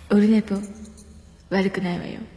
オルネポ悪くないわよ。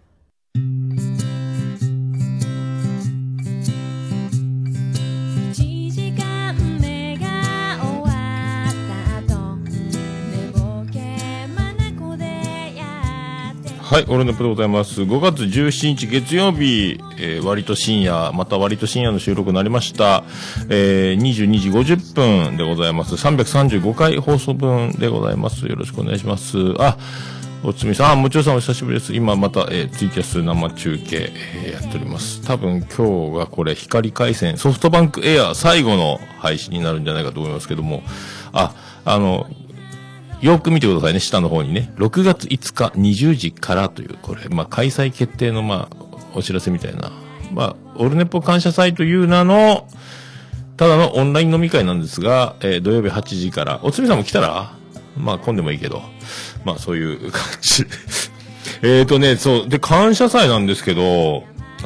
はい、オルネポでございます。5月17日月曜日、割と深夜、また割と深夜の収録になりました。22時50分でございます。335回放送分でございます。よろしくお願いします。おつみさん、もちろんさんお久しぶりです。今また、ツイキャス生中継、やっております。多分今日がこれ光回線、ソフトバンクエア最後の配信になるんじゃないかと思いますけども、よく見てくださいね、下の方にね。6月5日20時からという、これ、開催決定の、お知らせみたいな。オルネポ感謝祭という名の、ただのオンライン飲み会なんですが、土曜日8時から、おつみさんも来たら混んでもいいけど、そういう感じ。そう。で、感謝祭なんですけど、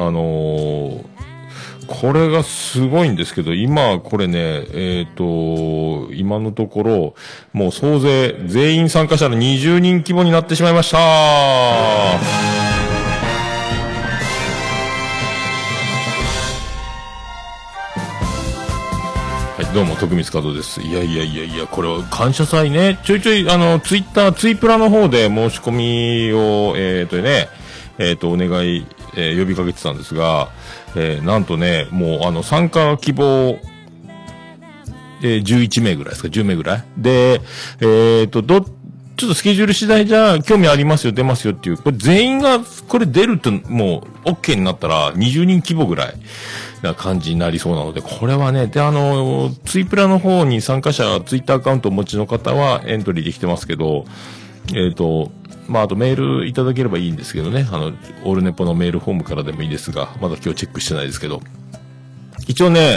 これがすごいんですけど、今、これね、今のところ、もう総勢、全員参加者の20人規模になってしまいました。はい、どうも、徳光和夫です。いや、これは感謝祭ね、ちょいちょい、ツイッター、ツイプラの方で申し込みを、お願い、呼びかけてたんですが、なんとね、もう参加希望、11名ぐらいですか、10名ぐらいで、ちょっとスケジュール次第じゃ、興味ありますよ、出ますよっていう、これ全員が、これ出るともう、OK になったら、20人規模ぐらいな感じになりそうなので、これはね、で、ツイプラの方に参加者、ツイッターアカウントをお持ちの方はエントリーできてますけど、あとメールいただければいいんですけどね。オルネポのメールフォームからでもいいですが、まだ今日チェックしてないですけど。一応ね、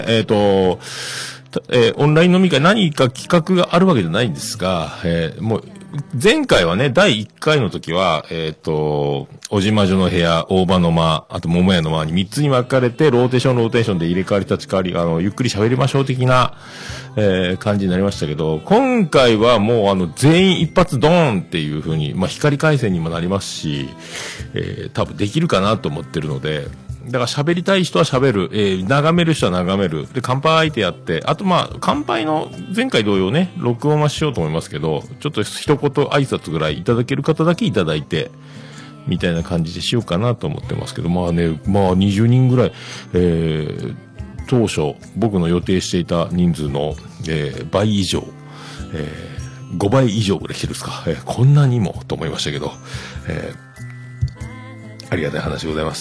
オンライン飲み会何か企画があるわけじゃないんですが、もう、前回はね、第1回の時は、おじまじょの部屋、大場の間、あと桃屋の間に3つに分かれて、ローテーションで入れ替わり立ち替わり、ゆっくり喋りましょう的な、感じになりましたけど、今回はもう全員一発ドーンっていう風に、光回線にもなりますし、多分できるかなと思ってるので、だから喋りたい人は喋る、眺める人は眺める。で、乾杯ってやって、あと乾杯の前回同様ね、録音はしようと思いますけど、ちょっと一言挨拶ぐらいいただける方だけいただいて、みたいな感じでしようかなと思ってますけど、20人ぐらい、当初、僕の予定していた人数の、倍以上、5倍以上ぐらい来てるんですか。こんなにも、と思いましたけど、ありがたい話でございます。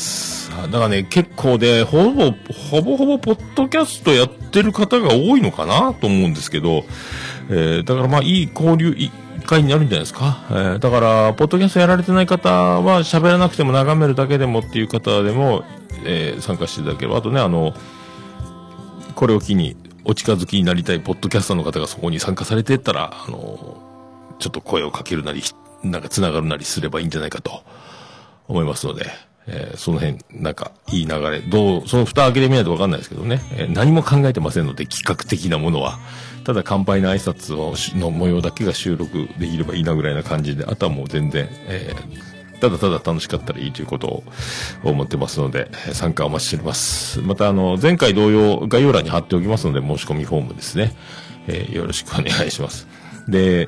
だからね、結構で、ほぼポッドキャストやってる方が多いのかなと思うんですけど、だからいい交流会になるんじゃないですか。だから、ポッドキャストやられてない方は喋らなくても眺めるだけでもっていう方でも、参加していただければ。あとね、これを機にお近づきになりたいポッドキャスターの方がそこに参加されていったら、ちょっと声をかけるなり、なんか繋がるなりすればいいんじゃないかと思いますので、その辺、なんか、いい流れ、その蓋開けてみないとわかんないですけどね、何も考えてませんので、企画的なものは。ただ乾杯の挨拶の模様だけが収録できればいいなぐらいな感じで、あとはもう全然、ただただ楽しかったらいいということを思ってますので、参加お待ちしております。また前回同様概要欄に貼っておきますので、申し込みフォームですね。よろしくお願いします。で、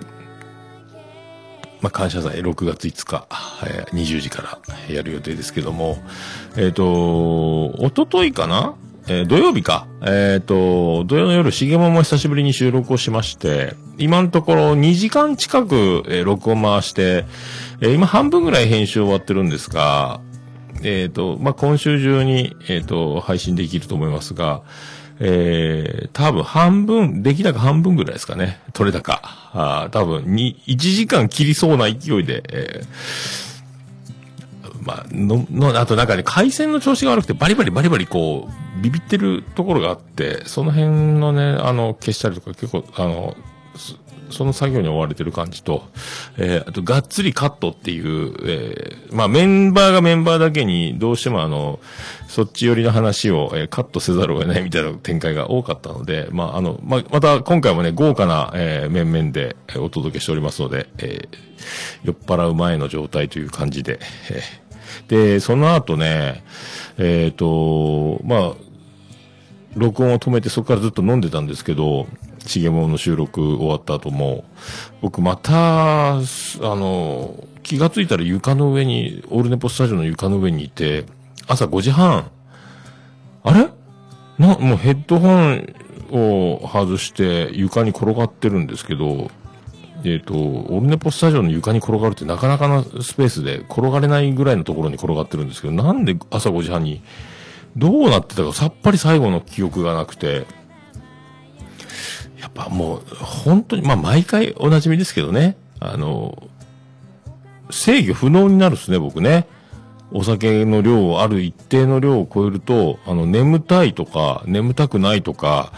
感謝祭6月5日、20時からやる予定ですけども、おとといかな、土曜日か。土曜の夜、しげもも久しぶりに収録をしまして、今のところ2時間近く、録音回して、今半分ぐらい編集終わってるんですが、今週中に、配信できると思いますが、多分半分、できたか半分ぐらいですかね。取れたか。多分1時間切りそうな勢いで、あとなんかね、回線の調子が悪くてバリバリこう、ビビってるところがあって、その辺のね、消したりとか結構、 その作業に追われてる感じと、あと、がっつりカットっていう、まあ、メンバーがメンバーだけに、どうしてもそっち寄りの話を、カットせざるを得ないみたいな展開が多かったので、また今回もね、豪華な、面々でお届けしておりますので、酔っ払う前の状態という感じで、で、その後ね、まあ、録音を止めてそこからずっと飲んでたんですけど、しげもの収録終わった後も、僕また、気がついたら床の上に、オールネポスタジオの床の上にいて、朝5時半、あれもうヘッドホンを外して床に転がってるんですけど、オールネポスタジオの床に転がるってなかなかなスペースで転がれないぐらいのところに転がってるんですけど、なんで朝5時半にどうなってたかさっぱり最後の記憶がなくて、やっぱもう本当に、まあ毎回おなじみですけどね、制御不能になるっすね、僕ね。お酒の量をある一定の量を超えると、眠たいとか、眠たくないとか、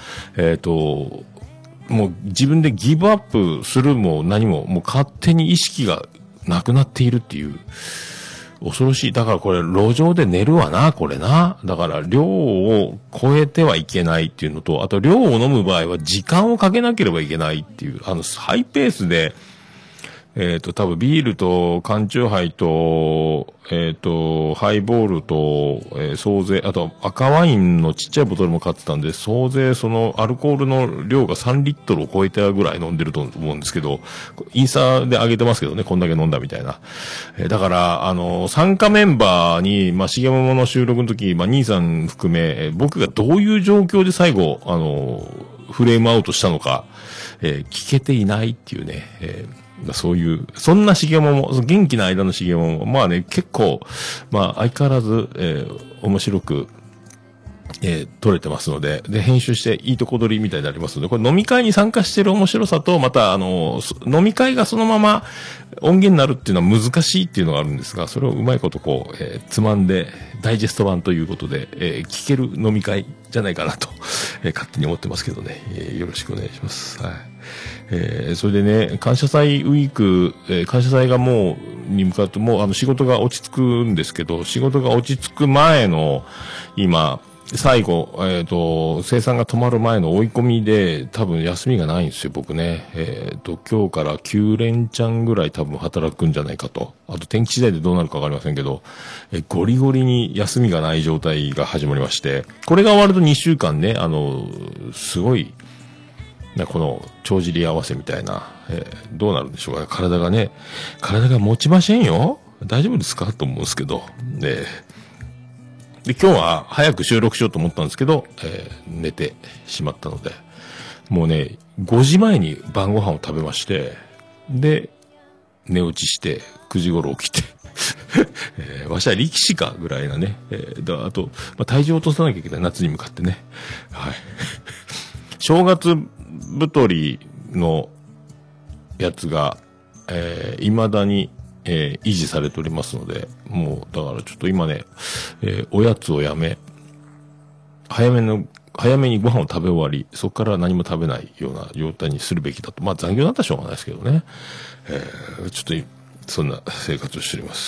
もう自分でギブアップするも何も、もう勝手に意識がなくなっているっていう、恐ろしい。だからこれ路上で寝るわな、これな。だから量を超えてはいけないっていうのと、あと量を飲む場合は時間をかけなければいけないっていう、ハイペースで、多分ビールと缶チューハイと、ハイボールと、総勢、あと赤ワインのちっちゃいボトルも買ってたんで、総勢そのアルコールの量が3リットルを超えたぐらい飲んでると思うんですけど、インスタで上げてますけどね、こんだけ飲んだみたいな。だから、参加メンバーに、まあ、しげももの収録の時、まあ、兄さん含め、僕がどういう状況で最後、フレームアウトしたのか、聞けていないっていうね、そういう、そんなしげもも、元気な間のしげもも、まあね、結構、まあ相変わらず、面白く、撮れてますので、で、編集していいとこ取りみたいになりますので、これ飲み会に参加してる面白さと、また飲み会がそのまま音源になるっていうのは難しいっていうのがあるんですが、それをうまいことこう、つまんで、ダイジェスト版ということで、聞ける飲み会じゃないかなと、勝手に思ってますけどね、よろしくお願いします。はい。それでね、感謝祭ウィーク、感謝祭がもう、に向かってもう仕事が落ち着くんですけど、仕事が落ち着く前の、今、最後、生産が止まる前の追い込みで、多分休みがないんですよ、僕ね。今日から9連チャンぐらい多分働くんじゃないかと。あと天気次第でどうなるかわかりませんけど、ゴリゴリに休みがない状態が始まりまして、これが終わると2週間ね、すごい、この帳尻合わせみたいな、どうなるんでしょうかね。体が持ちませんよ。大丈夫ですかと思うんですけど。で、今日は早く収録しようと思ったんですけど、寝てしまったので、もうね、5時前に晩ご飯を食べまして、で、寝落ちして、9時頃起きて、わしは力士かぐらいなね、あと、まあ、体重を落とさなきゃいけない、夏に向かってね。はい。正月太りのやつが、未だに、維持されておりますので、もう、だからちょっと今ね、おやつをやめ、早めにご飯を食べ終わり、そこから何も食べないような状態にするべきだと。まあ残業だったらしょうがないですけどね。ちょっと、そんな生活をしております。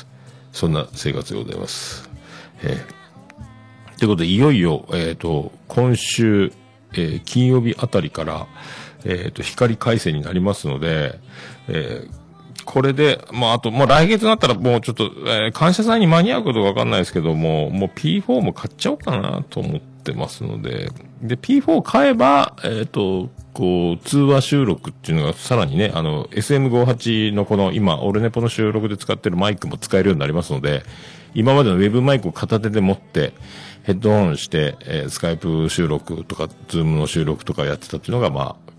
そんな生活でございます。ということで、いよいよ、今週、金曜日あたりから、光回線になりますので、これで、まあ、あと、もう来月になったらもうちょっと、感謝祭に間に合うことがわかんないですけども、もう P4 も買っちゃおうかなと思ってますので、で、P4 買えば、こう、通話収録っていうのがさらにね、SM58 のこの今、オルネポの収録で使ってるマイクも使えるようになりますので、今までのウェブマイクを片手で持って、ヘッドホンして、スカイプ収録とか、ズームの収録とかやってたっていうのが、まあ、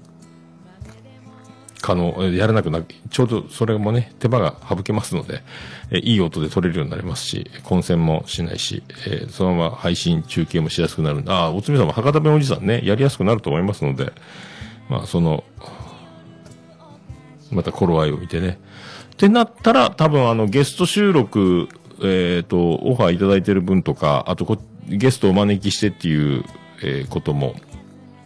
やらなくな、ちょうどそれもね、手間が省けますので、いい音で撮れるようになりますし、混戦もしないし、そのまま配信、中継もしやすくなるんで、おつみさんも博多弁おじさんね、やりやすくなると思いますので、まあ、また頃合いを見てね。ってなったら、多分ゲスト収録、オファーいただいてる分とか、あとゲストをお招きしてっていう、ことも、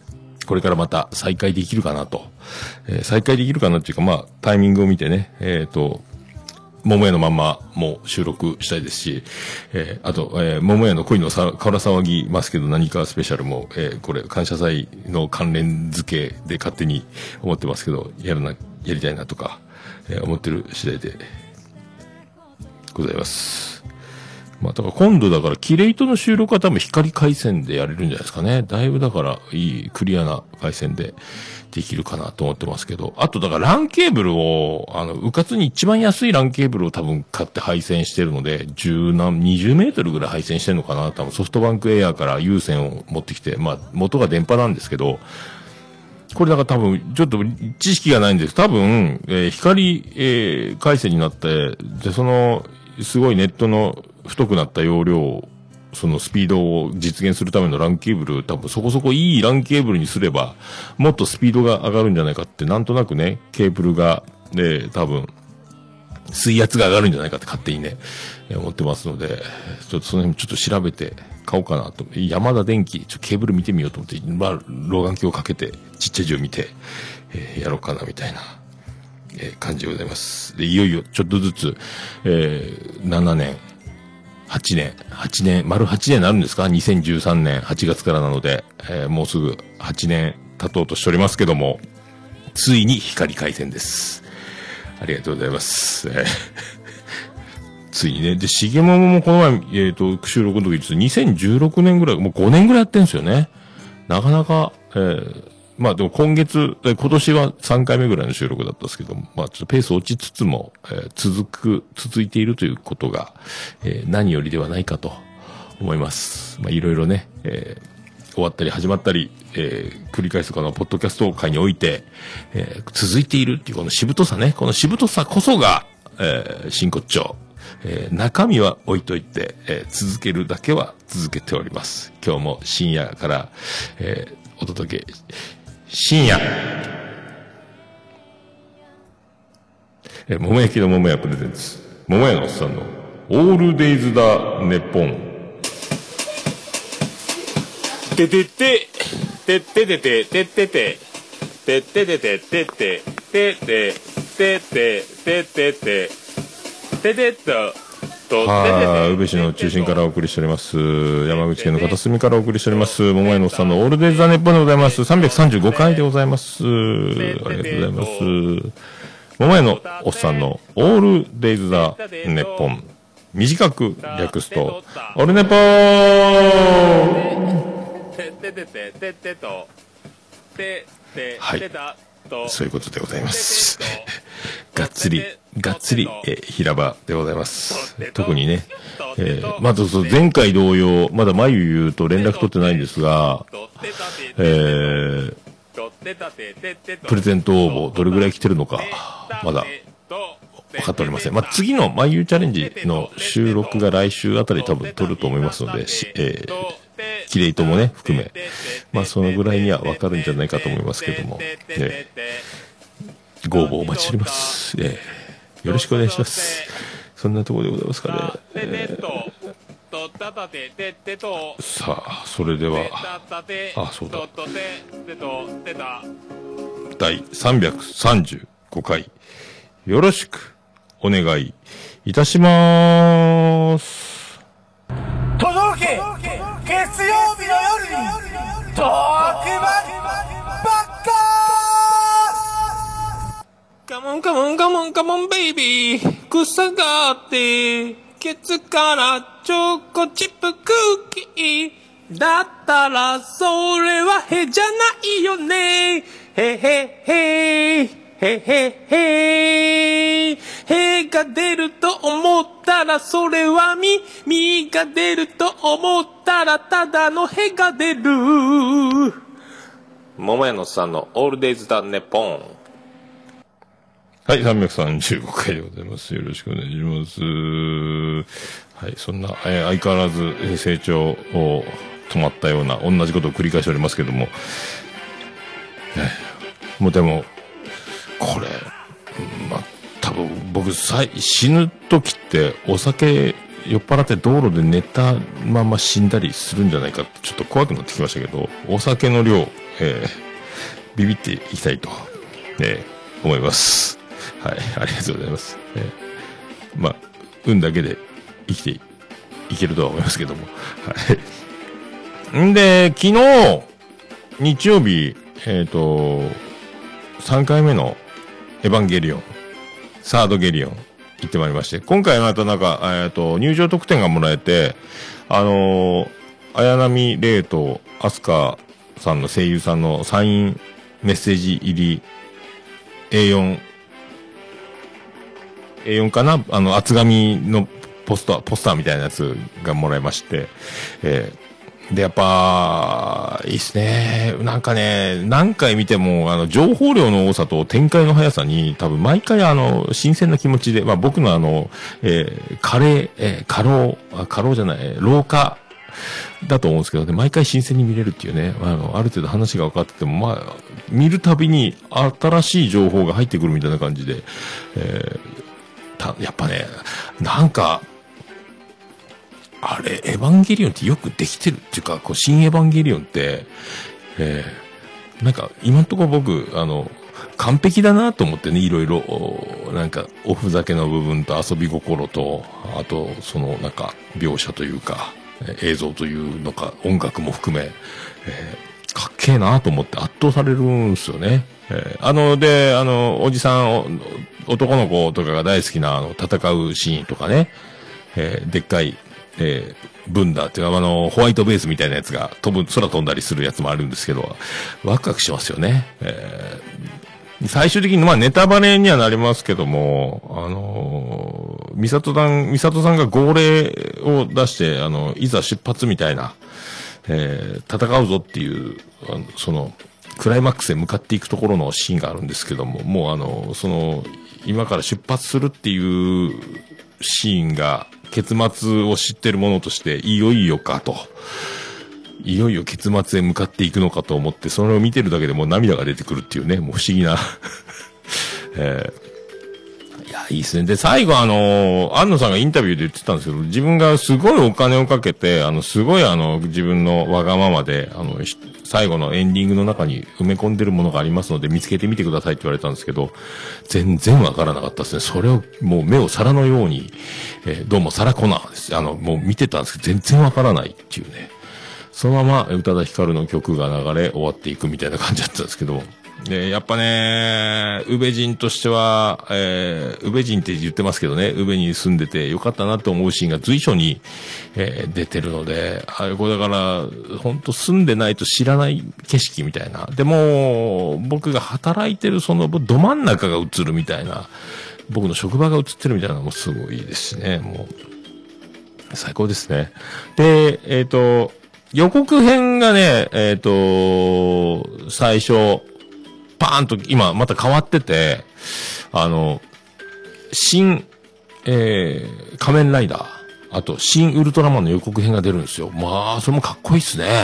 これからまた再開できるかなと。再開できるかなっていうか、まあ、タイミングを見てね、桃屋のまんまも収録したいですし、あと、桃屋の恋のから騒ぎますけど何かスペシャルも、これ、感謝祭の関連付けで勝手に思ってますけど、やりたいなとか、思ってる次第でございます。まあ、だから今度だから、キレイトの収録は多分光回線でやれるんじゃないですかね。だいぶだから、いい、クリアな回線でできるかなと思ってますけど。あとだから、LAN ケーブルを、うかつに一番安い LAN ケーブルを多分買って配線してるので、20メートルぐらい配線してるのかな。多分ソフトバンクエアから有線を持ってきて、まあ、元が電波なんですけど、これだから多分、ちょっと知識がないんです。多分、光、回線になって、で、すごいネットの太くなった容量、そのスピードを実現するための LAN ケーブル、多分そこそこいい LAN ケーブルにすれば、もっとスピードが上がるんじゃないかって、なんとなくね、ケーブルが、多分、水圧が上がるんじゃないかって勝手にね、思ってますので、ちょっとその辺ちょっと調べて買おうかなと。山田電機、ケーブル見てみようと思って、まあ、老眼鏡をかけて、ちっちゃい字を見て、やろうかなみたいな、感じでございます。で、いよいよちょっとずつ、7年、8年、丸8年になるんですか ?2013 年8月からなので、もうすぐ8年経とうとしておりますけども、ついに光回線です。ありがとうございます。ついにね。で、しげもももこの前、収録の時です2016年ぐらい、もう5年ぐらいやってんですよね。なかなか、まあでも今年は3回目ぐらいの収録だったんですけども、まあちょっとペース落ちつつも、続いているということが、何よりではないかと思います。まあいろいろね、終わったり始まったり、繰り返すこのポッドキャスト界において、続いているっていうこのしぶとさね、このしぶとさこそが、真骨頂。中身は置いといて、続けるだけは続けております。今日も深夜から、お届け、深夜。桃焼きの桃屋プレゼンツ。桃屋のおっさんのオールデイズだネッポン。ててて、てててて、ててて、てててて、ててて、ててて、ててて、ててと、はい、宇部市の中心からお送りしております。山口県の片隅からお送りしております。桃屋のおっさんのオールデイズ・ザ・ネッポンでございます。335回でございます。ありがとうございます。桃屋のおっさんのオールデイズ・ザ・ネッポン。短く略すと、オルネポーはい。そういうことでございます。がっつり、平場でございます。特にね、まず前回同様、まだ眉言うと連絡取ってないんですが、プレゼント応募、どれぐらい来てるのか、まだ、分かっておりません。まあ、次の眉チャレンジの収録が来週あたり多分取ると思いますので、キレイともね、含め、まあ、そのぐらいには分かるんじゃないかと思いますけども、ご応募お待ちしております。よろしくお願いします。そんなところでございますかね。さあ、それでは、そうだ。第335回、よろしくお願いいたしまーす。 届け月曜日の夜に特番カモンカモンカモンカモンベイビー草があってケツからチョコチップクッキーだったらそれはへじゃないよねへへへへへへへが出ると思ったらそれはみが出ると思ったらただのへが出る桃屋のさんのオールデイズだネポン。はい、335回でございます。よろしくお願いします。はい、そんな、相変わらず成長を止まったような、同じことを繰り返しておりますけども。もうでも、これ、まあ、多分僕死ぬ時ってお酒酔っ払って道路で寝たまま死んだりするんじゃないかってちょっと怖くなってきましたけど、お酒の量、 ビビっていきたいと、思います。はい、ありがとうございます。まあ、運だけで生きていけるとは思いますけども。はい。んで、昨日、日曜日、3回目のエヴァンゲリオン、サードゲリオン、行ってまいりまして、今回またなんか、入場特典がもらえて、綾波レイとアスカさんの声優さんのサインメッセージ入り A4 かな、厚紙のポスターみたいなやつがもらえまして、で、やっぱ、いいっすね。なんかね、何回見ても、情報量の多さと展開の速さに、多分毎回新鮮な気持ちで、まあ僕の過労じゃない、廊下だと思うんですけどね、毎回新鮮に見れるっていうね、ある程度話が分かってても、まあ、見るたびに新しい情報が入ってくるみたいな感じで、やっぱね、なんか、あれ、エヴァンゲリオンってよくできてるっていうか、こう、新エヴァンゲリオンって、なんか、今んところ僕、完璧だなと思ってね、いろいろ、なんか、おふざけの部分と遊び心と、あと、なんか、描写というか、映像というのか、音楽も含め、かっけえなと思って圧倒されるんですよね。おじさん、男の子とかが大好きな、戦うシーンとかね、でっかい、ブンダーっていうか、ホワイトベースみたいなやつが空飛んだりするやつもあるんですけど、ワクワクしますよね。最終的に、まあ、ネタバレにはなりますけども、ミサトさんが号令を出して、いざ出発みたいな、戦うぞっていう、クライマックスへ向かっていくところのシーンがあるんですけども、もう今から出発するっていうシーンが、結末を知ってるものとして、いよいよ結末へ向かっていくのかと思って、それを見てるだけでもう涙が出てくるっていうね、もう不思議な、いや、いいですね。で、最後安野さんがインタビューで言ってたんですけど、自分がすごいお金をかけて、すごい自分のわがままで、最後のエンディングの中に埋め込んでるものがありますので、見つけてみてくださいって言われたんですけど、全然わからなかったですね。それを、もう目を皿のように、どうも皿コナーです。もう見てたんですけど、全然わからないっていうね。そのまま、宇多田ヒカルの曲が流れ終わっていくみたいな感じだったんですけど、で、やっぱね、宇部人としては、宇部人って言ってますけどね、宇部に住んでてよかったなと思うシーンが随所に、出てるので、これだから、本当住んでないと知らない景色みたいな。でも、僕が働いてるそのど真ん中が映るみたいな、僕の職場が映ってるみたいなのもすごいですしね、もう、最高ですね。で、予告編がね、最初、パーンと今また変わってて、新、仮面ライダー、あと新ウルトラマンの予告編が出るんですよ。まあ、それもかっこいいっすね。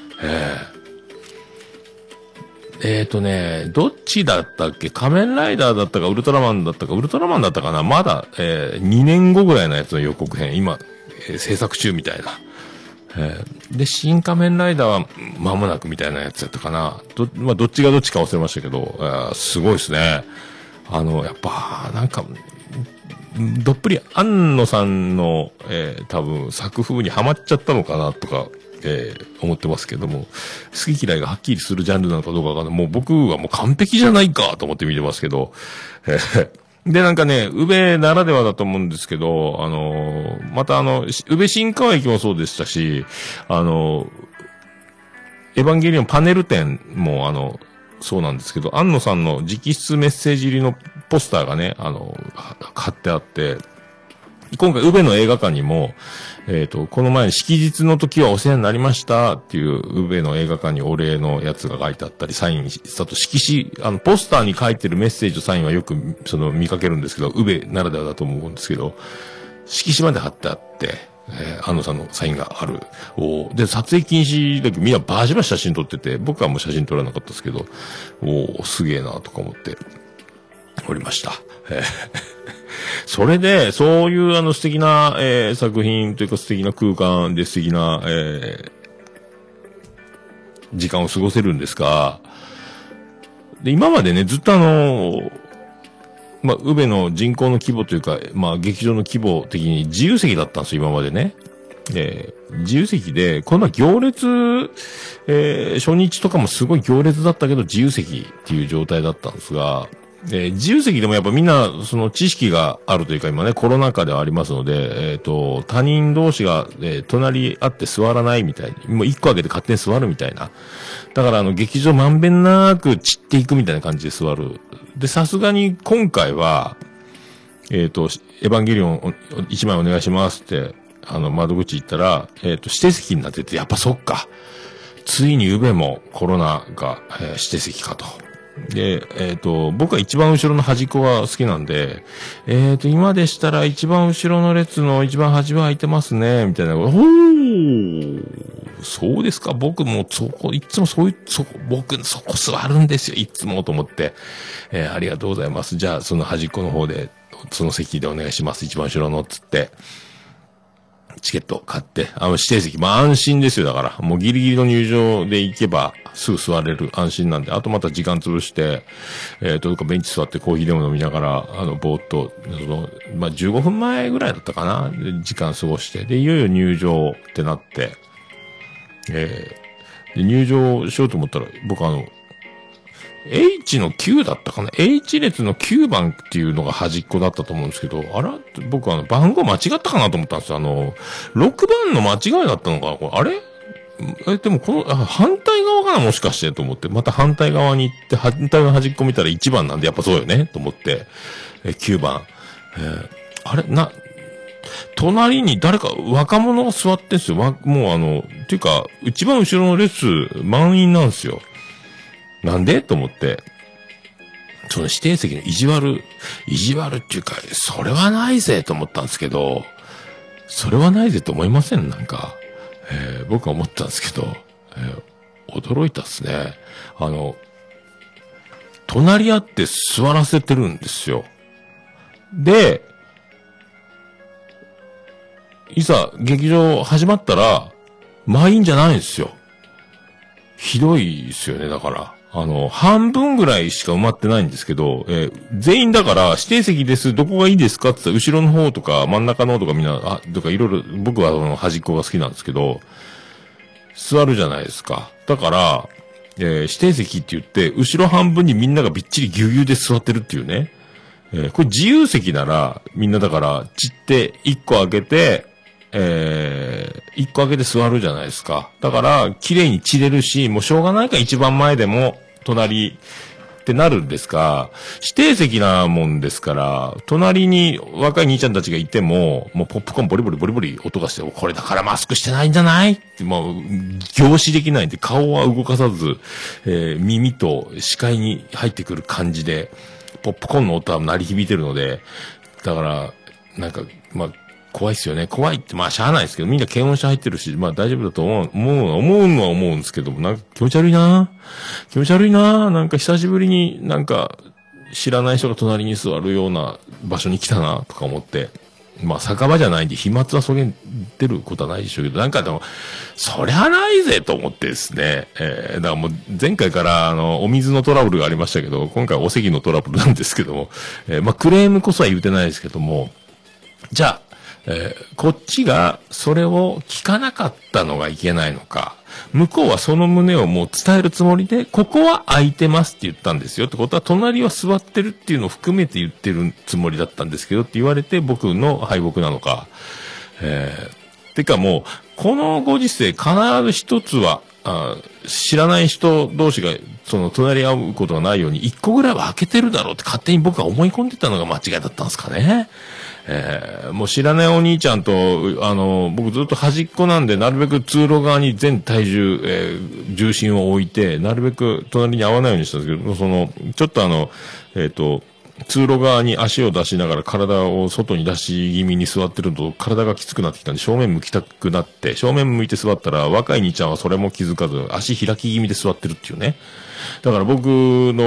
どっちだったっけ、仮面ライダーだったかウルトラマンだったかな、まだ、2年後ぐらいのやつの予告編、今、制作中みたいな。で、新仮面ライダーは間もなくみたいなやつやったかな。まあ、どっちがどっちか忘れましたけど、すごいですね。やっぱ、なんか、どっぷり安野さんの、多分作風にはまっちゃったのかなとか、思ってますけども、好き嫌いがはっきりするジャンルなのかどうかわかんない。もう僕はもう完璧じゃないかと思って見てますけど、で、なんかね、宇部ならではだと思うんですけど、また宇部新川駅もそうでしたし、エヴァンゲリオンパネル展もそうなんですけど、安野さんの直筆メッセージ入りのポスターがね、貼ってあって、今回、宇部の映画館にも、この前に祝日の時はお世話になりましたっていう、宇部の映画館にお礼のやつが書いてあったり、サインしたと、色紙、ポスターに書いてるメッセージとサインはよく、見かけるんですけど、宇部ならではだと思うんですけど、色紙まで貼ってあって、安野さんのサインがある。で、撮影禁止だけど、みんなバシバシ写真撮ってて、僕はもう写真撮らなかったですけど、すげえなとか思って、おりました。それで、そういう素敵な、作品というか素敵な空間で素敵な、時間を過ごせるんですが、 で、今までね、ずっとまあ、宇部の人口の規模というか、まあ、劇場の規模的に自由席だったんですよ、今までね。自由席で、この行列、初日とかもすごい行列だったけど、自由席っていう状態だったんですが、自由席でもやっぱみんな、その知識があるというか、今ね、コロナ禍ではありますので、他人同士が、隣り合って座らないみたいに、もう一個開けて勝手に座るみたいな。だから劇場まんべんなく散っていくみたいな感じで座る。で、さすがに今回は、エヴァンゲリオン1枚お願いしますって、窓口行ったら、指定席になってて、やっぱそっか。ついに宇部もコロナが、指定席かと。で、僕は一番後ろの端っこが好きなんで、今でしたら一番後ろの列の一番端は空いてますね、みたいな。ほー、そうですか。僕もいつも僕そこ座るんですよ、いつもと思って。ありがとうございます。じゃあ、その端っこの方で、その席でお願いします。一番後ろの、つって。チケット買って、指定席、まあ安心ですよ、だから。もうギリギリの入場で行けば、すぐ座れる安心なんで、あとまた時間潰して、どっかベンチ座ってコーヒーでも飲みながら、ぼーっと、まあ15分前ぐらいだったかな、で時間過ごして、で、いよいよ入場ってなって、で、入場しようと思ったら、僕H の9だったかな ?H 列の9番っていうのが端っこだったと思うんですけど、僕番号間違ったかなと思ったんですよ。6番の間違いだったのかなあれでも反対側かなもしかしてと思って、また反対側に行って、反対の端っこ見たら1番なんで、やっぱそうよねと思って、9番。隣に誰か若者が座ってんすよ。もうっていうか、一番後ろの列満員なんですよ。なんでと思って、その指定席の意地悪っていうか、それはないぜと思ったんですけど、それはないぜと思いませんなんか。僕は思ったんですけど、驚いたっすね。隣り合って座らせてるんですよ。で、いざ劇場始まったら、満員じゃないんですよ。ひどいですよね、だから。半分ぐらいしか埋まってないんですけど、全員だから指定席です、どこがいいですかって言ったら、後ろの方とか真ん中の方とかみんな、とかいろいろ、僕は端っこが好きなんですけど、座るじゃないですか。だから、指定席って言って、後ろ半分にみんながびっちりぎゅうぎゅうで座ってるっていうね。これ自由席なら、みんなだから、散って1個開けて、一個開けて座るじゃないですか。だから、綺麗に散れるし、もうしょうがないから一番前でも、隣ってなるんですが、指定席なもんですから、隣に若い兄ちゃんたちがいても、もうポップコーンボリボリボリボリ音がして、これだからマスクしてないんじゃないって、もう、凝視できないんで、顔は動かさず、耳と視界に入ってくる感じで、ポップコーンの音は鳴り響いてるので、だから、なんか、まあ、怖いっすよね。怖いって、まあ、しゃあないですけど、みんな検温車入ってるし、まあ大丈夫だと思うのは思うんですけども、なんか気持ち悪いななんか久しぶりになんか知らない人が隣に座るような場所に来たなとか思って、まあ酒場じゃないんで飛沫はそげ出ることはないでしょうけど、なんかでも、そりゃないぜと思ってですね、だからもう前回からお水のトラブルがありましたけど、今回はお席のトラブルなんですけども、まあクレームこそは言うてないですけども、じゃあ、こっちがそれを聞かなかったのがいけないのか、向こうはその旨をもう伝えるつもりで、ここは空いてますって言ったんですよってことは、隣は座ってるっていうのを含めて言ってるつもりだったんですけどって言われて、僕の敗北なのか。てかもう、このご時世必ず一つは、知らない人同士が、隣り合うことがないように、一個ぐらいは開けてるだろうって勝手に僕は思い込んでたのが間違いだったんですかね。もう知らないお兄ちゃんと、僕ずっと端っこなんで、なるべく通路側に全体重、重心を置いて、なるべく隣に合わないようにしたんですけど、ちょっと通路側に足を出しながら体を外に出し気味に座ってると体がきつくなってきたんで正面向きたくなって、正面向いて座ったら若い兄ちゃんはそれも気づかず足開き気味で座ってるっていうね。だから僕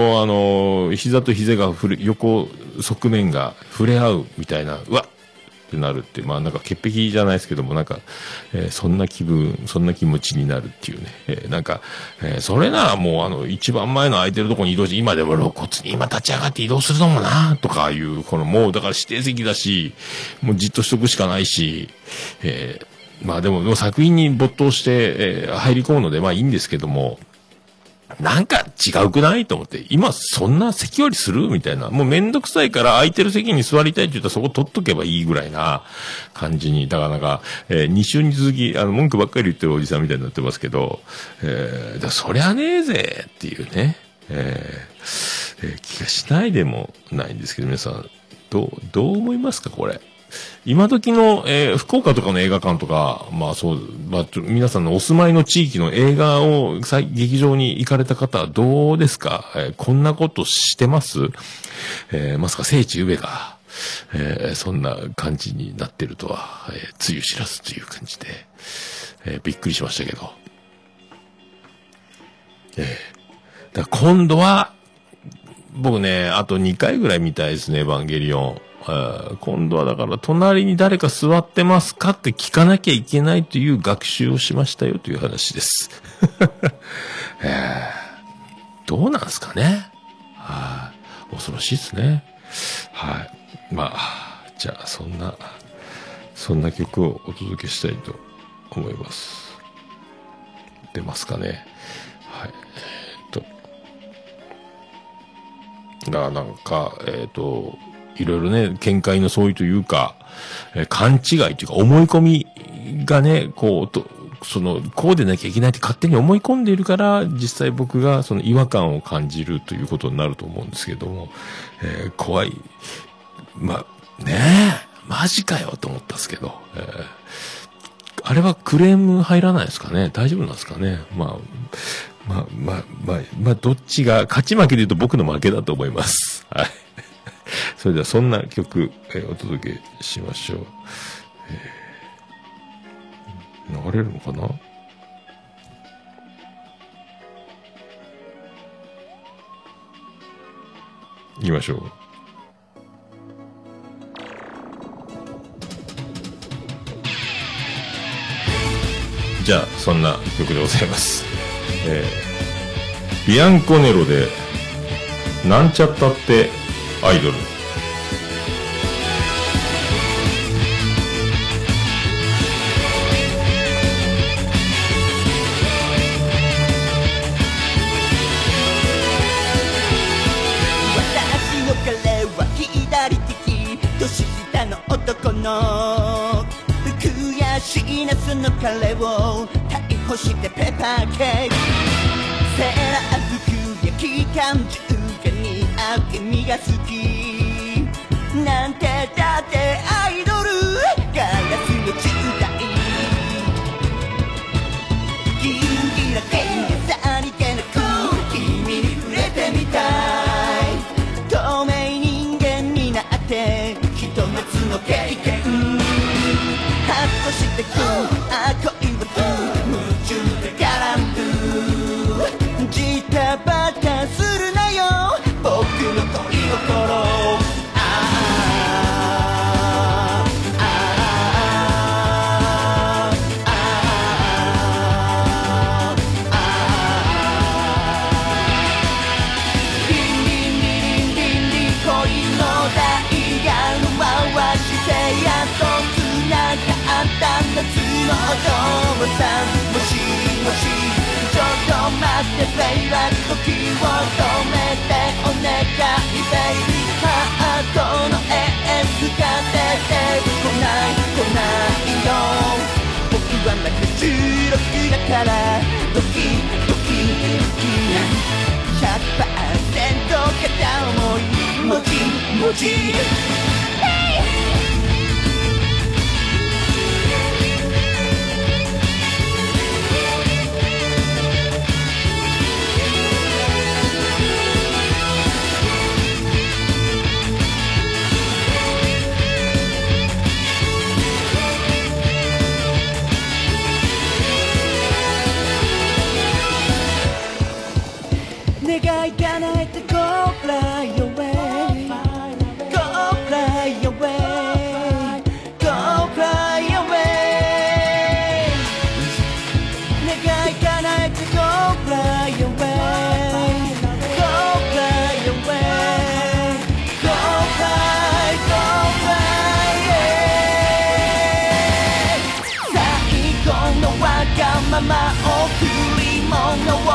の膝と膝が横側面が触れ合うみたいな、うわってなるって、まあなんか潔癖じゃないですけども、なんか、そんな気分、そんな気持ちになるっていうね。なんか、それならもう一番前の空いてるところに移動して、今でも露骨に今立ち上がって移動するのもな、とかいう、このもうだから指定席だし、もうじっとしとくしかないし、まあでも作品に没頭して、入り込むのでまあいいんですけども、なんか違うくないと思って、今そんな席割りするみたいな。もうめんどくさいから空いてる席に座りたいって言ったらそこ取っとけばいいぐらいな感じに。だからなんか、2週に続き、文句ばっかり言ってるおじさんみたいになってますけど、だそりゃねえぜっていうね、気がしないでもないんですけど、皆さん、どう思いますかこれ。今時の、福岡とかの映画館とか、まあそう、まあ、皆さんのお住まいの地域の映画を劇場に行かれた方はどうですか、こんなことしてます、まさか聖地上が、そんな感じになってるとは、つゆ知らずという感じで、びっくりしましたけど。だから今度は、僕ね、あと2回ぐらい見たいですね、エヴァンゲリオン。今度はだから隣に誰か座ってますかって聞かなきゃいけないという学習をしましたよという話です。どうなんすかね。恐ろしいですね。はい。まあ、じゃあそんな曲をお届けしたいと思います。出ますかね。はい。なんか、いろいろね、見解の相違というか、勘違いというか、思い込みがね、こうでなきゃいけないって勝手に思い込んでいるから、実際僕がその違和感を感じるということになると思うんですけども、怖い。まあ、ねえ、マジかよと思ったんですけど、あれはクレーム入らないですかね？大丈夫なんですかね？まあ、どっちが、勝ち負けで言うと僕の負けだと思います。はい。それではそんな曲、お届けしましょう。流れるのかな？行きましょう。じゃあそんな曲でございます。ビアンコネロでなんちゃったってアイドル。 私の彼は左利き年下の男の悔しいなその彼を逮捕してペーパーケーキセーラー服や機関銃が似合う君が好きなんてだってアイドルガラスの10代ギンギラギンガさりげなく君に触れてみたい透明人間になってひと夏の経験ハッとしてく恋は夢中で絡んでジタバタするなよ僕の恋心リンリンリンリンリンリン恋のダイヤル回してやっとつながった夏のお父さんもしもしちょっと待ってベイラ時を止めてお願いベイビーハートの AS が出てこないよ僕はまだ16だからドキドキドキ 100% 片思いもちもち願い叶えて Go fly away Go fly away Go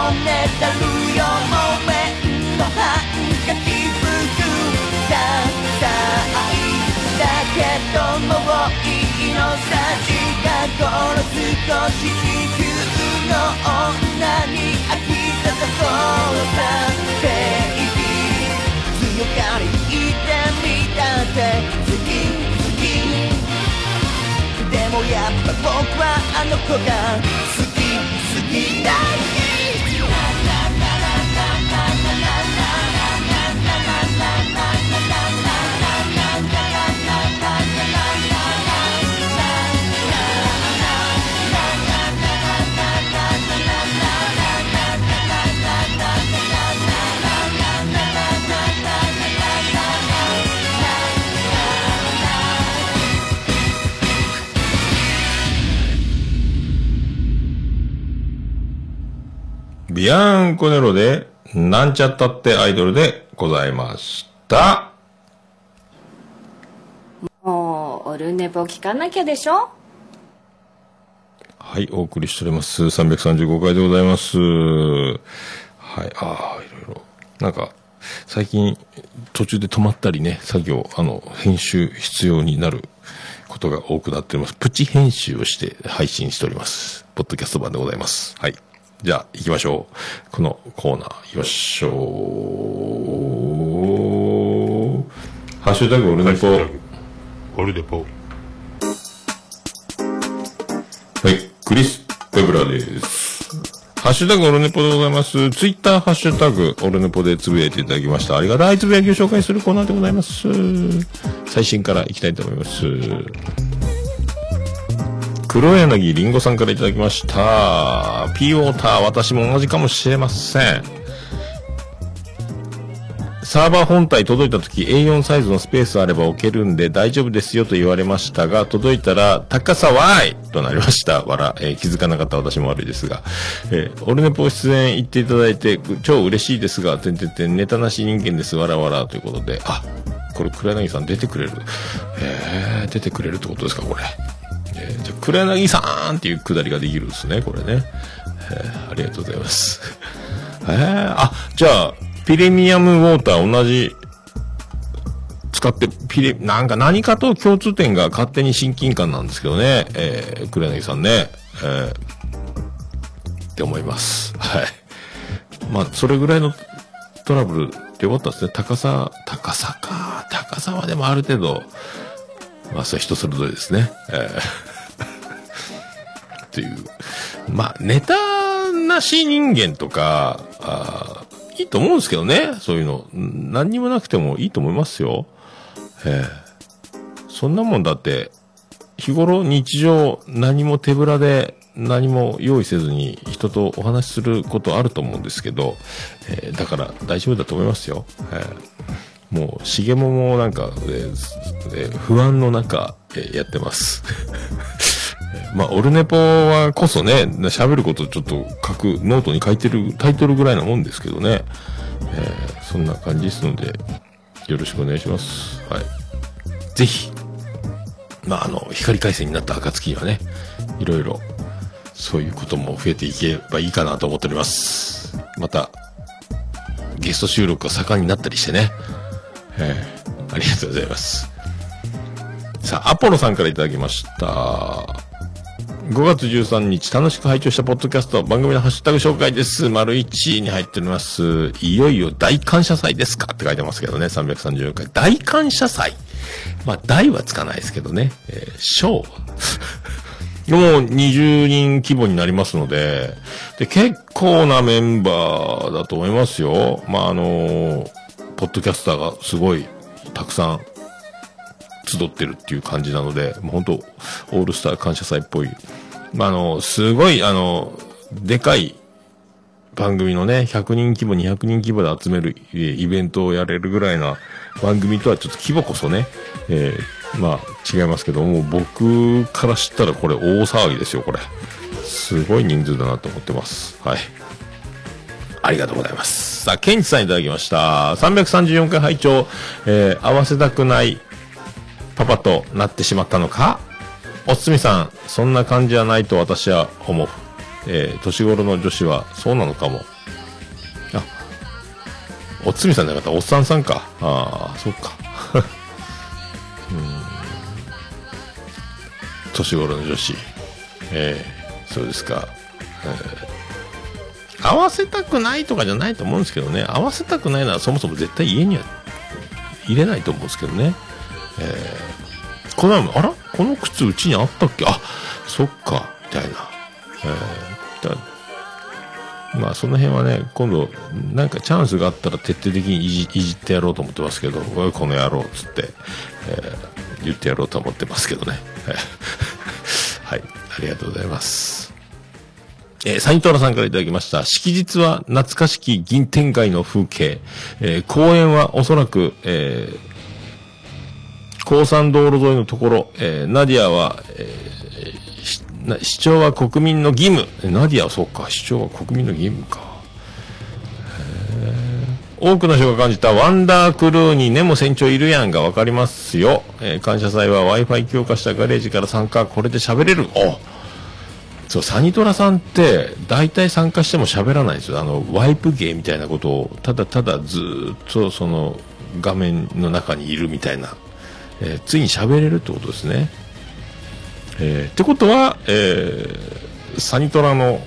ねたるよ木綿のハンカチ服ダサいだけどもういいのさ近頃少し地球の女に飽きたところさベイビー強がり言ってみたって好きでもやっぱ僕はあの子が好きだビアンコネロで、なんちゃったってアイドルでございました。 もう、オルネポ聞かなきゃでしょ？ はい、お送りしております。335回でございます。はい、いろいろ。なんか、最近、途中で止まったりね、作業、編集必要になることが多くなっております。プチ編集をして配信しております。ポッドキャスト版でございます。はい。じゃあ、行きましょう。このコーナー、行きましょう。ハッシュタグオルネポ。 オルネポ。 はい、クリス・ペブラです。ハッシュタグオルネポでございます。ツイッターハッシュタグオルネポでつぶやいていただきました。ありがたいつぶやきを紹介するコーナーでございます。最新からいきたいと思います。黒柳りんごさんからいただきました。ピーウォーター、私も同じかもしれません。サーバー本体届いた時 A4 サイズのスペースあれば置けるんで大丈夫ですよと言われましたが、届いたら高さ Y となりました。気づかなかった私も悪いですが、オルネポ出演言っていただいて超嬉しいですが、ネタなし人間です。わらわらということで、これ黒柳さん出てくれる。出てくれるってことですか、これ。じゃあ黒柳さんっていうくだりができるんですね、これね。ありがとうございます。じゃあ、プレミアムウォーター同じ使って何かと共通点が勝手に親近感なんですけどね。黒柳さんね。って思います。はい。まあ、それぐらいのトラブルってよかったですね。高さはでもある程度、まあ、それ人それぞれですね。っていう。まあ、ネタなし人間とか、いいと思うんですけどね。そういうの。何にもなくてもいいと思いますよ。そんなもんだって、日頃日常何も手ぶらで何も用意せずに人とお話しすることあると思うんですけど、だから大丈夫だと思いますよ。もう、しげももなんか、不安の中、やってます。まあ、オルネポはこそね、喋ることちょっとノートに書いてるタイトルぐらいなもんですけどね。そんな感じですので、よろしくお願いします。はい。ぜひ、まあ、光回線になった暁にはね、いろいろ、そういうことも増えていけばいいかなと思っております。また、ゲスト収録が盛んになったりしてね。ありがとうございます。さあ、アポロさんからいただきました。5月13日、楽しく拝聴したポッドキャスト、番組のハッシュタグ紹介です。1に入っております。いよいよ大感謝祭ですかって書いてますけどね、334回。大感謝祭。まあ、大はつかないですけどね。小。もう20人規模になりますので、結構なメンバーだと思いますよ。まあ、ポッドキャスターがすごい、たくさん、集ってるっていう感じなので、もう本当オールスター感謝祭っぽい。まあ、すごい、でかい番組のね、100人規模、200人規模で集めるイベントをやれるぐらいな番組とはちょっと規模こそね、まあ、違いますけども、僕から知ったらこれ大騒ぎですよ、これ。すごい人数だなと思ってます。はい。ありがとうございます。さあ、ケンチさんいただきました。334回拝聴、合わせたくないパパとなってしまったのか？おつみさん、そんな感じはないと私は思う。年頃の女子はそうなのかも。 おつみさんじゃなかった、おっさんさんか。ああ、そっか。年頃の女子。そうですか。合わせたくないとかじゃないと思うんですけどね。合わせたくないのはそもそも絶対家には入れないと思うんですけどね。この前も、あらこの靴うちにあったっけ、あ、そっか、みたいな。まあその辺はね、今度なんかチャンスがあったら徹底的にいじってやろうと思ってますけど、おいこの野郎っつって、言ってやろうと思ってますけどね。はい、ありがとうございます。サニトラさんからいただきました。祝日は懐かしき銀天街の風景。公園はおそらく、高山道路沿いのところ、ナディアは、主張は国民の義務。ナディアはそうか、主張は国民の義務か。多くの人が感じたワンダークルーにネモ船長いるやんがわかりますよ。感謝祭は Wi-Fi 強化したガレージから参加、これで喋れる。そう、サニトラさんって、大体参加しても喋らないんですよ。ワイプ芸みたいなことを、ただただずーっとその画面の中にいるみたいな。ついに喋れるってことですね。ってことは、サニトラの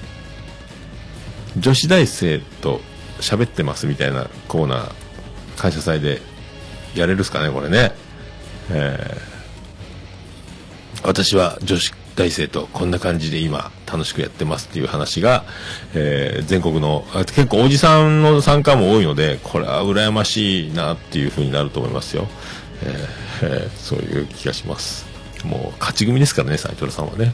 女子大生と喋ってますみたいなコーナー、感謝祭でやれるっすかね、これね。私は女子大生とこんな感じで今楽しくやってますっていう話が、全国の結構おじさんの参加も多いので、これは羨ましいなっていう風になると思いますよ。そういう気がします。もう勝ち組ですからね、サニトラさんはね。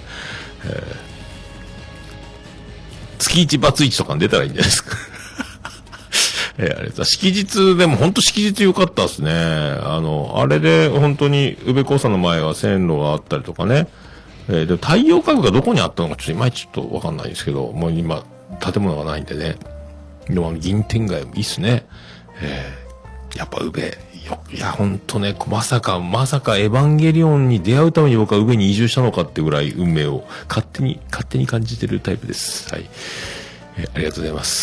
月1バツ1とかに出たらいいんじゃないですか。あれさ、祝日でも本当祝日良かったですね。あれで本当に宇部興産の前は線路があったりとかね。で太陽家具がどこにあったのかちょっといまいちちょっとわかんないですけど、もう今建物がないんでね。でも銀天街いいっすね。やっぱ宇部、いやほんとね、まさかエヴァンゲリオンに出会うために僕は宇部に移住したのかってぐらい運命を勝手に感じてるタイプです。はい。ありがとうございます。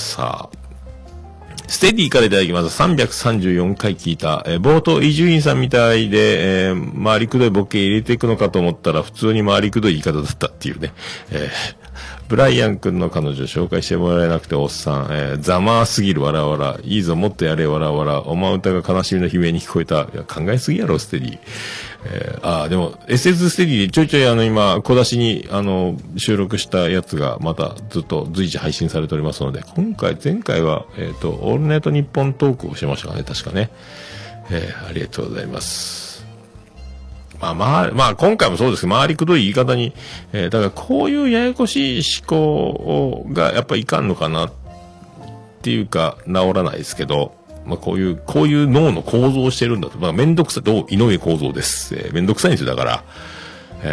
さあ。ステディからいただきます。334回聞いた。冒頭、伊集院さんみたいで、回りくどいボケ入れていくのかと思ったら、普通に回りくどい言い方だったっていうね。ブライアン君の彼女紹介してもらえなくておっさん、ざまーすぎるわらわら、いいぞもっとやれわらわら、おま歌が悲しみの悲鳴に聞こえた。いや考えすぎやろステディ。でも SS ステディでちょいちょい今小出しに収録したやつがまたずっと随時配信されておりますので、前回はオールナイトニッポントークをしましたかね、確かね。ありがとうございます。まあ今回もそうですけど、回りくどい言い方に、だからこういうややこしい思考がやっぱいかんのかなっていうか、治らないですけど、こういう脳の構造をしてるんだと。めんどくさい、井上構造です。めんどくさいんですよ、だから。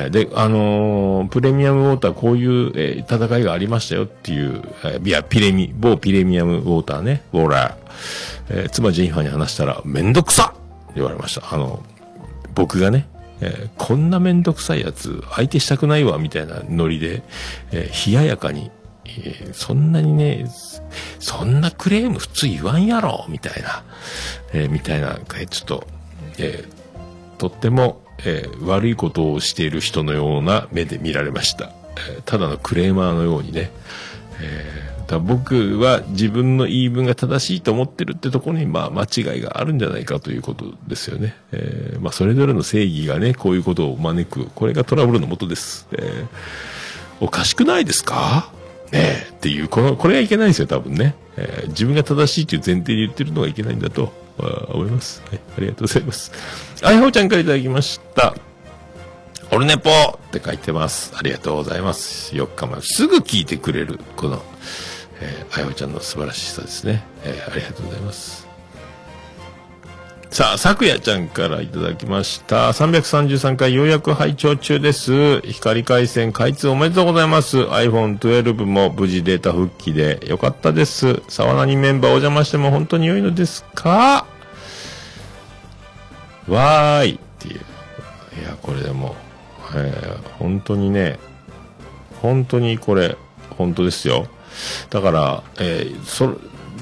で、プレミアムウォーターこういう、戦いがありましたよっていう、某ピレミアムウォーターね、ウォーラー。妻ジェニファーに話したら、めんどくさって言われました。僕がね、こんなめんどくさいやつ、相手したくないわ、みたいなノリで、冷ややかに、そんなにね、そんなクレーム普通言わんやろみたいな、ちょっと、とっても、悪いことをしている人のような目で見られました。ただのクレーマーのようにね。だ僕は自分の言い分が正しいと思ってるってところに、間違いがあるんじゃないかということですよね。それぞれの正義がね、こういうことを招く。これがトラブルのもとです。おかしくないですかねっていう、これがいけないんですよ、多分ね。自分が正しいという前提で言ってるのがいけないんだと思います。はい、ありがとうございます。あいほうちゃんからいただきました。オルネポって書いてます。ありがとうございます。4日前。すぐ聞いてくれる、この、あいほうちゃんの素晴らしさですね。ありがとうございます。さあ、さくやちゃんからいただきました。333回ようやく拝聴中です。光回線開通おめでとうございます。iPhone 12も無事データ復帰でよかったです。沢なにメンバーお邪魔しても本当に良いのですか？わーいっていう。いや、これでも、本当にね、本当にこれ、本当ですよ。だから、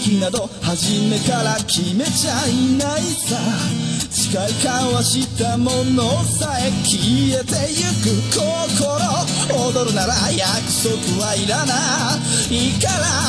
きなど初めから決めちゃいないさ。誓い交わしたものさえ消えてゆく心、踊るなら約束はいらないから、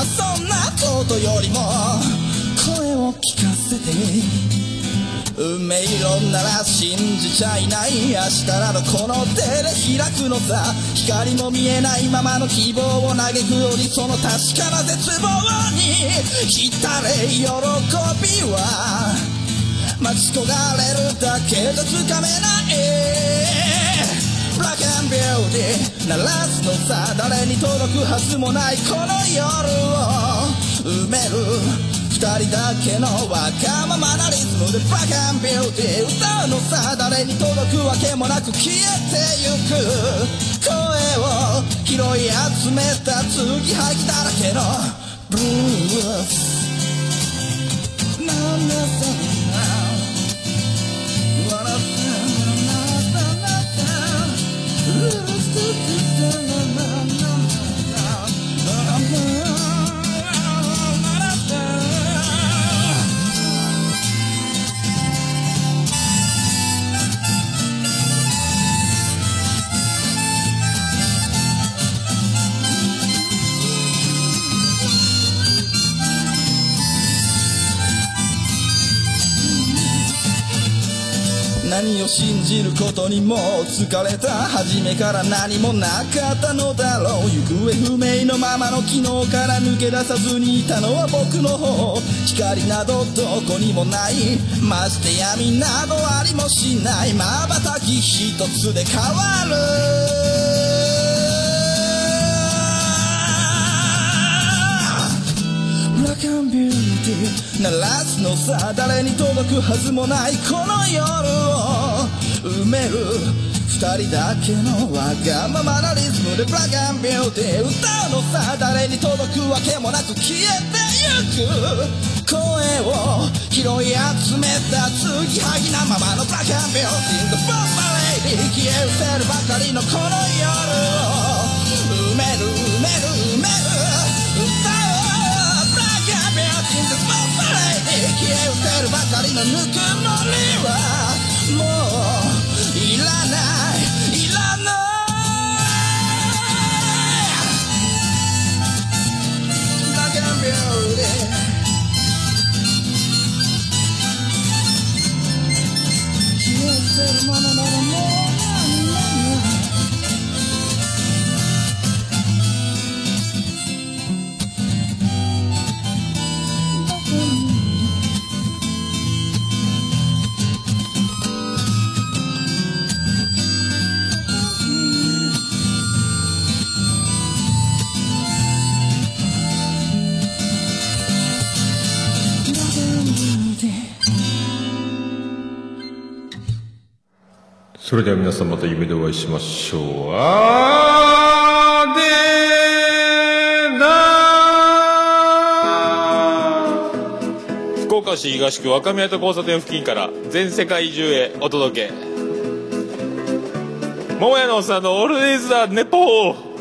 そんなことよりも声を聞かせて。運命論なら信じちゃいない、明日などこの手で開くのさ。光も見えないままの希望を嘆くより、その確かな絶望に浸れ喜びは待ち焦がれるだけじゃつかめない。 Black and Beauty 鳴らすのさ、誰に届くはずもないこの夜を埋める二人だけのわがままなリズムで Black and Beauty 歌うのさ。誰に届くわけもなく消えてゆく声を拾い集めた継ぎはぎだらけのブルース。なんだそんな笑って何を信じることにも疲れた。初めから何もなかったのだろう。行方不明のままの昨日から抜け出さずにいたのは僕の方。光などどこにもない、まして闇などありもしない。瞬き一つで変わるBlack and Beauty 鳴らすのさ、誰に届くはずもないこの夜を埋める二人だけのわがままなリズムで Black and Beauty 歌うのさ。誰に届くわけもなく消えてゆく声を拾い集めた継ぎはぎなままの Black and Beauty The Bomb Lady 消え失せるばかりのこの夜を埋める埋める埋める消え失せるばかりのぬくもりはもういらないいらない Black and Beauty 消え失せるものならもうそれでは皆さんまた夢でお会いしましょう。あーでー福岡市東区若宮と交差点付近から全世界中へお届け、桃屋のおっさんのオールディーズ・ザ・ネポー。